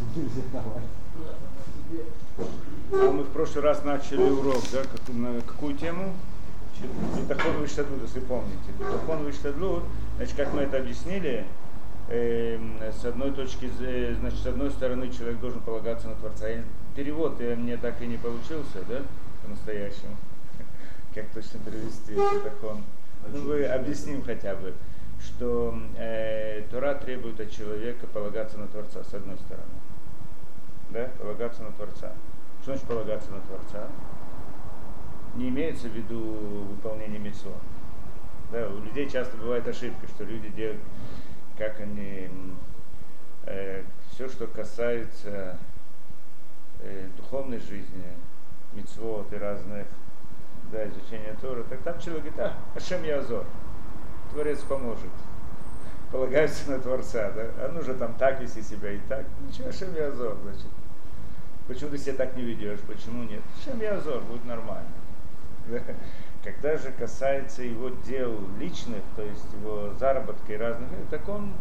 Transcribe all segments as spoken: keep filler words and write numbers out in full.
А мы в прошлый раз начали урок, да, как, на какую тему? Битахон виштадлут, если помните. Битахон виштадлут, значит, как мы это объяснили, э, с одной точки, значит, с одной стороны человек должен полагаться на Творца. Перевод я, мне так и не получился, да, по-настоящему. Как точно перевести битахон? Ну, вы объясним хотя бы, что э, Тора требует от человека полагаться на Творца, с одной стороны. Да, полагаться на Творца. Что значит полагаться на Творца? Не имеется в виду выполнение мицвот. Да, у людей часто бывает ошибка, что люди делают, как они, э, все, что касается э, духовной жизни, мицвот и разных, да, изучения Торы, так там человек говорит, а, Ашем Язор, Творец поможет. Полагаются на Творца, да? А ну же там так вести себя и так. Ничего, Ашем Язор, значит. Почему ты себя так не ведешь? Почему нет? Ашем Язор, будет нормально. Когда же касается его дел личных, то есть его заработка и разных, так он,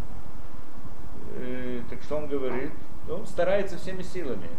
э, так что он говорит? Он старается всеми силами.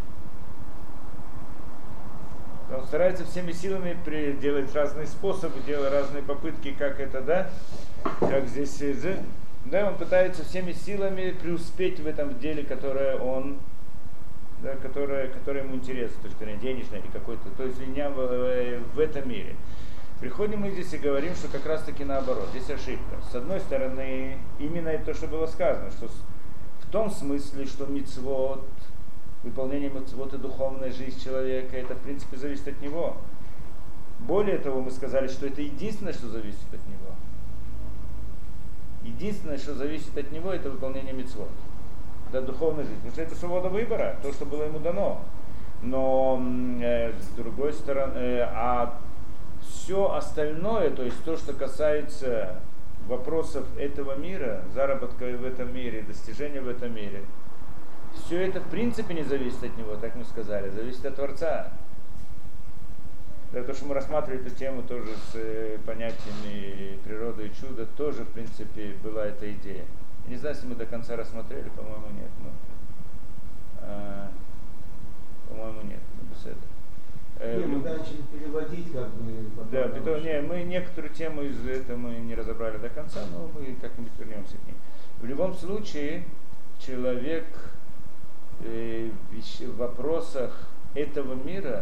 Он старается всеми силами делать разные способы, делать разные попытки, как это, да, как здесь, да, он пытается всеми силами преуспеть в этом деле, которое он, да, которое, которое ему интересно, то есть денежное или какой-то, то есть не в, в этом мире. Приходим мы здесь и говорим, что как раз таки наоборот, здесь ошибка. С одной стороны, именно это то, что было сказано, что в том смысле, что мицвот, выполнение мицвот и духовная жизнь человека, это в принципе зависит от него. Более того, мы сказали, что это единственное, что зависит от него. Единственное, что зависит от него, это выполнение мицвот. Это духовная жизнь. Потому что это свобода выбора, то, что было ему дано. Но э, с другой стороны, э, а все остальное, то есть то, что касается вопросов этого мира, заработка в этом мире, достижения в этом мире, все это в принципе не зависит от него, так мы сказали, зависит от Творца. Да, то, что мы рассматривали эту тему тоже с э, понятиями природы и чуда, тоже в принципе была эта идея. Я не знаю, если мы до конца рассмотрели, по-моему, нет. Но, э, по-моему, нет. Э, не, мы начали переводить, как бы. Да, потом, не, мы некоторую тему из этого мы не разобрали до конца, но мы как-нибудь вернемся к ней. В любом случае, человек э, в вопросах этого мира,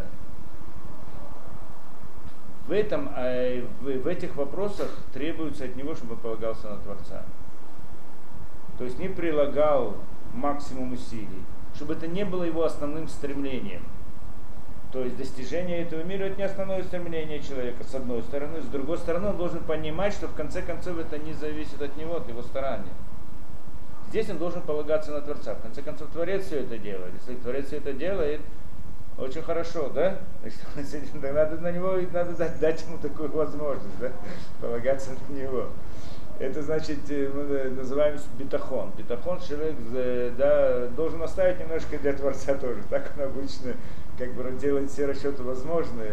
в, этом, э, в, в этих вопросах требуется от него, чтобы он полагался на Творца. То есть не прилагал максимум усилий, чтобы это не было его основным стремлением. То есть достижение этого мира это не основное стремление человека, с одной стороны. С другой стороны, он должен понимать, что в конце концов это не зависит от него, от его старания. Здесь он должен полагаться на Творца. В конце концов, Творец все это делает. Если Творец все это делает, очень хорошо, да? Значит, надо на него, надо дать, дать ему такую возможность, да? Полагаться на него. Это значит, мы называем битахон. Битахон человек, да, должен оставить немножко для Творца тоже. Так он обычно как бы делает все расчеты возможные.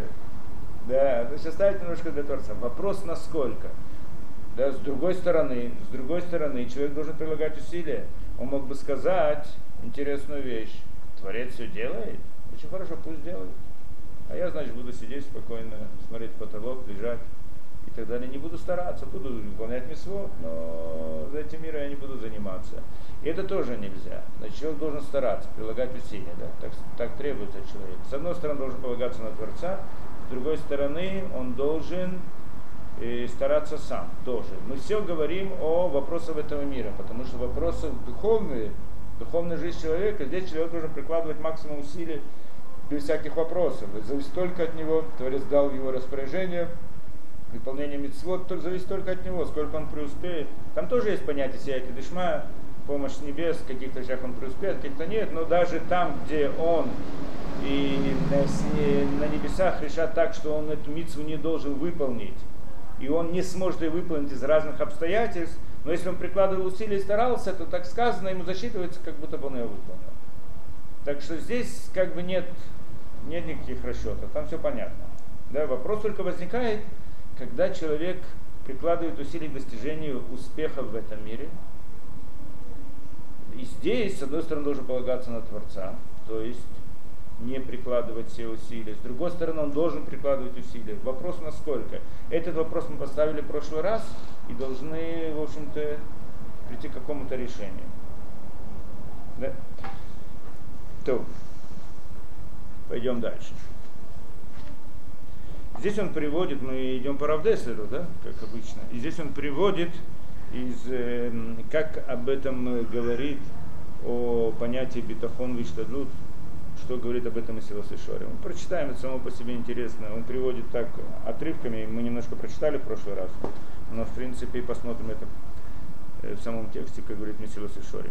Да, значит, оставить немножко для Творца. Вопрос насколько. Да, с другой стороны, с другой стороны, человек должен прилагать усилия. Он мог бы сказать интересную вещь. Творец все делает? Очень хорошо, пусть делает. А я, значит, буду сидеть спокойно, смотреть в потолок, лежать. И так далее. Не буду стараться, буду выполнять мицвот, но за этим миром я не буду заниматься. И это тоже нельзя. Значит, человек должен стараться, прилагать усилия. Да? Так, так требуется от человека. С одной стороны, должен полагаться на Творца, с другой стороны, он должен э, стараться сам тоже. Мы все говорим о вопросах этого мира, потому что вопросы духовные, духовная жизнь человека, здесь человек должен прикладывать максимум усилий без всяких вопросов. Это зависит только от него, Творец дал его распоряжение. Выполнение мицвот зависит только от него, сколько он преуспеет. Там тоже есть понятие сияйте дышма, помощь с небес, в каких-то вещах он преуспеет, в каких-то нет, но даже там, где он и на небесах решат так, что он эту мицву не должен выполнить, и он не сможет ее выполнить из разных обстоятельств, но если он прикладывал усилия и старался, то так сказано, ему засчитывается, как будто бы он ее выполнил. Так что здесь как бы нет, нет никаких расчетов, там все понятно. Да, вопрос только возникает, когда человек прикладывает усилия к достижению успеха в этом мире. И здесь, с одной стороны, должен полагаться на Творца, то есть не прикладывать все усилия. С другой стороны, он должен прикладывать усилия. Вопрос насколько. Этот вопрос мы поставили в прошлый раз и должны, в общем-то, прийти к какому-то решению. Да? То. Пойдем дальше. Здесь он приводит, мы идем по Равдеслеру, да, как обычно. И здесь он приводит, из, э, как об этом говорит о понятии битахон виштадлут, что говорит об этом Месилос Йешарим. Мы прочитаем, это само по себе интересно. Он приводит так отрывками, мы немножко прочитали в прошлый раз, но в принципе посмотрим это в самом тексте, как говорит Месилос Йешарим.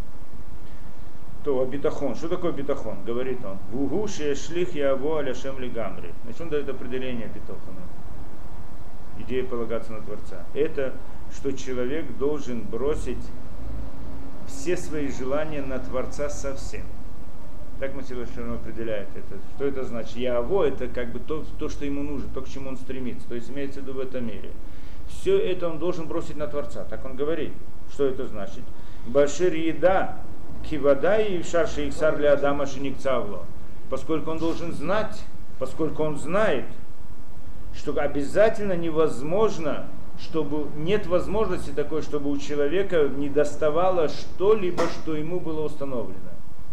То битахон. Что такое битахон? Говорит он. Вугу шешлих яво аляшем лигамри. Значит, он дает определение битахону. Идея полагаться на Творца. Это, что человек должен бросить все свои желания на Творца совсем. Так Месилос Йешарим определяет это. Что это значит? Яво это как бы то, то, что ему нужно, то, к чему он стремится. То есть имеется в виду в этом мире. Все это он должен бросить на Творца. Так он говорит. Что это значит? Башир еда. Кивада и шарши иксар для Адама шиникцавло. Поскольку он должен знать, поскольку он знает, что обязательно невозможно, чтобы нет возможности такой, чтобы у человека не доставало что-либо, что ему было установлено.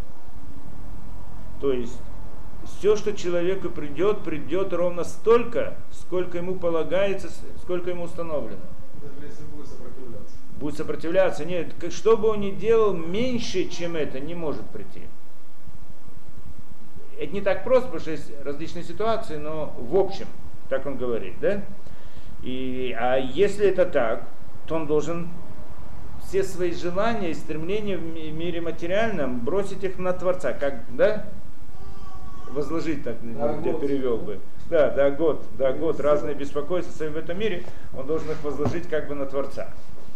То есть все, что человеку придет, придет ровно столько, сколько ему полагается, сколько ему установлено. Даже если будет сопротивляться. Будет сопротивляться. Нет, что бы он ни делал, меньше, чем это, не может прийти. Это не так просто, потому что есть различные ситуации, но в общем, так он говорит, да? И, а если это так, то он должен все свои желания и стремления в мире материальном бросить их на Творца, как, да? Возложить, так да, я перевел бы. Да, да, год, да, год, разные беспокойства в этом мире, он должен их возложить как бы на Творца.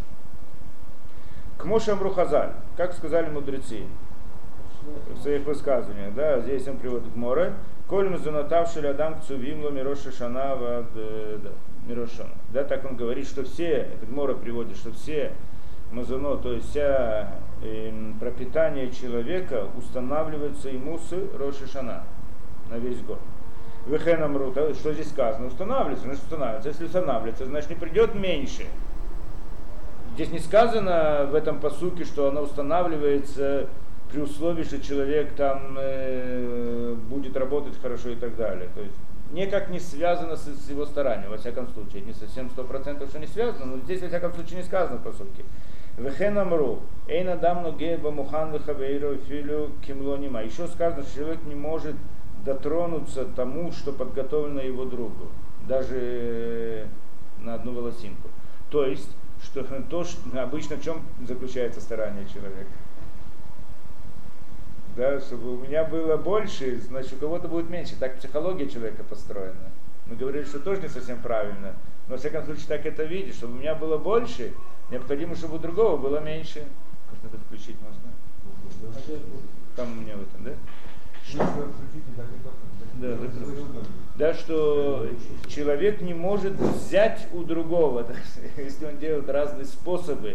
К Моше Амру Хазаль, как сказали мудрецы в своих высказываниях, да, здесь он приводит Море, коль мазунатавший адам к цувимлу мироша шана вад мирошана. Да, так он говорит, что все, этот Море приводит, что все мазуно, то есть вся э, пропитание человека устанавливается ему с Роша Шана на весь год. Вехен Амру, что здесь сказано? Устанавливается, значит устанавливается. Если устанавливается, значит не придет меньше. Здесь не сказано в этом пасуке, что она устанавливается при условии, что человек там э, будет работать хорошо и так далее. То есть никак не связано с, с его старанием, во всяком случае. Это не совсем сто процентов, что не связано, но здесь во всяком случае не сказано в пасуке. Вехен амру, эйн адам ноге бамухан вехавейро филю кимлонима. Еще сказано, что человек не может дотронуться тому, что подготовлено его другу, даже на одну волосинку. То есть, что то, что обычно в чем заключается старание человека? Да, чтобы у меня было больше, значит у кого-то будет меньше. Так психология человека построена. Мы говорили, что тоже не совсем правильно, но во всяком случае так это видишь, чтобы у меня было больше, необходимо, чтобы у другого было меньше. Как надо включить можно? Там у меня в этом, да? Что? Да, да, что человек не может взять у другого, если он делает разные способы,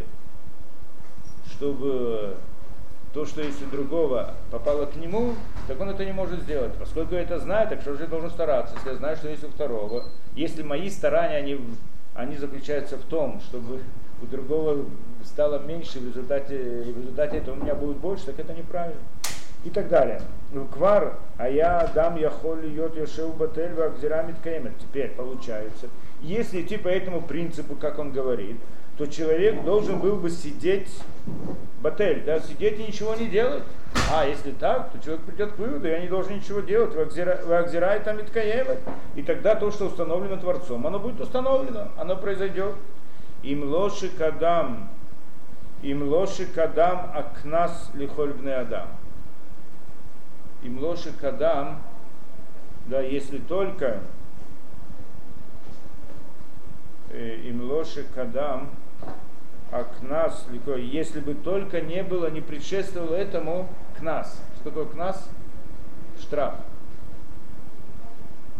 чтобы то, что есть у другого, попало к нему, так он это не может сделать. Поскольку я это знаю, так что же я должен стараться, если я знаю, что есть у второго. Если мои старания, они, они заключаются в том, чтобы у другого стало меньше, в результате, в результате этого у меня будет больше, так это неправильно. И так далее. Квар, а я дам я холли йот йошеу батель вакзирамит кеймер. Теперь получается, если идти по этому принципу, как он говорит, то человек должен был бы сидеть батель, да, сидеть и ничего не делать. А если так, то человек придет к выводу, я не должен ничего делать, вакзирай там иткаевет. И тогда то, что установлено Творцом, оно будет установлено, оно произойдет. Им лоши кадам, им лоши кадам акнас лихоль бне адам. Им лоши кадам, да, если только э, им лоши кадам, а кнас, если бы только не было, не предшествовало этому кнас. Что такое кнас? Штраф.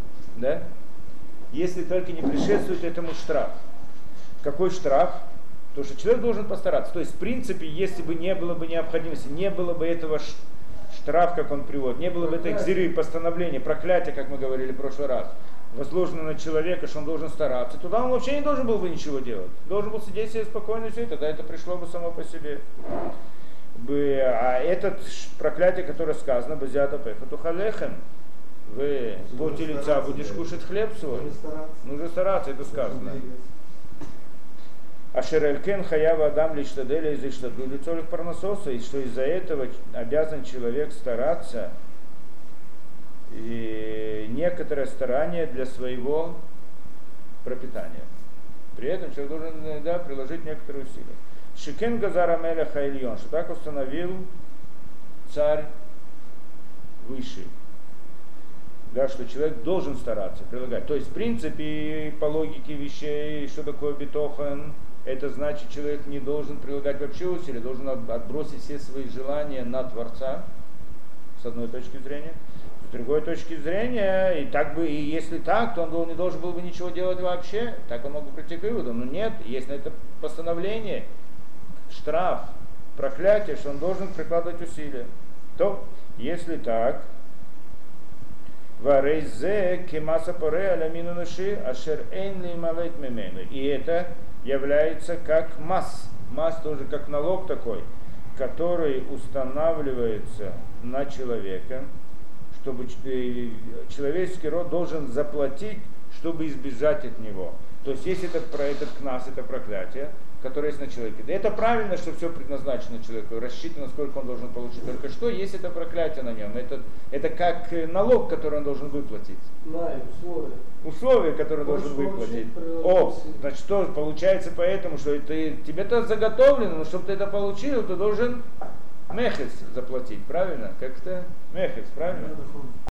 Да? Если только не предшествует этому штраф. Какой штраф? Потому что человек должен постараться. То есть, в принципе, если бы не было бы необходимости, не было бы этого штраф, как он приводит, не было бы этой экзиры, постановления, проклятия, как мы говорили в прошлый раз, возложено на человека, что он должен стараться, туда он вообще не должен был бы ничего делать. Должен был сидеть себе спокойно, и все, и тогда это пришло бы само по себе. А это проклятие, которое сказано, базиата пефатухалехем, в поте лица будешь кушать хлеб свой. Нужно стараться, это сказано. Ашерелькен хаява адам лиштаделя из иштаду лицо лих парнососа, и что из-за этого обязан человек стараться, и некоторое старание для своего пропитания. При этом человек должен, да, приложить некоторые усилия. Шикен газара меля хайльон, что так установил царь высший. Да, что человек должен стараться, прилагать. То есть, в принципе, по логике вещей, что такое битохан, это значит, человек не должен прилагать вообще усилия, должен отбросить все свои желания на Творца, с одной точки зрения. С другой точки зрения, и так бы, и если так, то он не должен был бы ничего делать вообще. Так он мог бы прийти к выводу. Но нет, есть на это постановление, штраф, проклятие, что он должен прикладывать усилия. То, если так, варейзе кемаса поре алямину нуши ашер эйн ли малейт мемену. И это является как масс. Масс тоже как налог такой, который устанавливается на человека, чтобы человеческий род должен заплатить, чтобы избежать от него. То есть есть это, про этот кнас, это проклятие, которое есть на человеке. Да это правильно, что все предназначено человеку, рассчитано, сколько он должен получить. Только что есть это проклятие на нем. Это, это как налог, который он должен выплатить. Да, условия. Условия, которые он должен выплатить. О, значит, что получается поэтому, что это, тебе-то заготовлено, но чтобы ты это получил, ты должен мехес заплатить, правильно? Как-то мехес, правильно?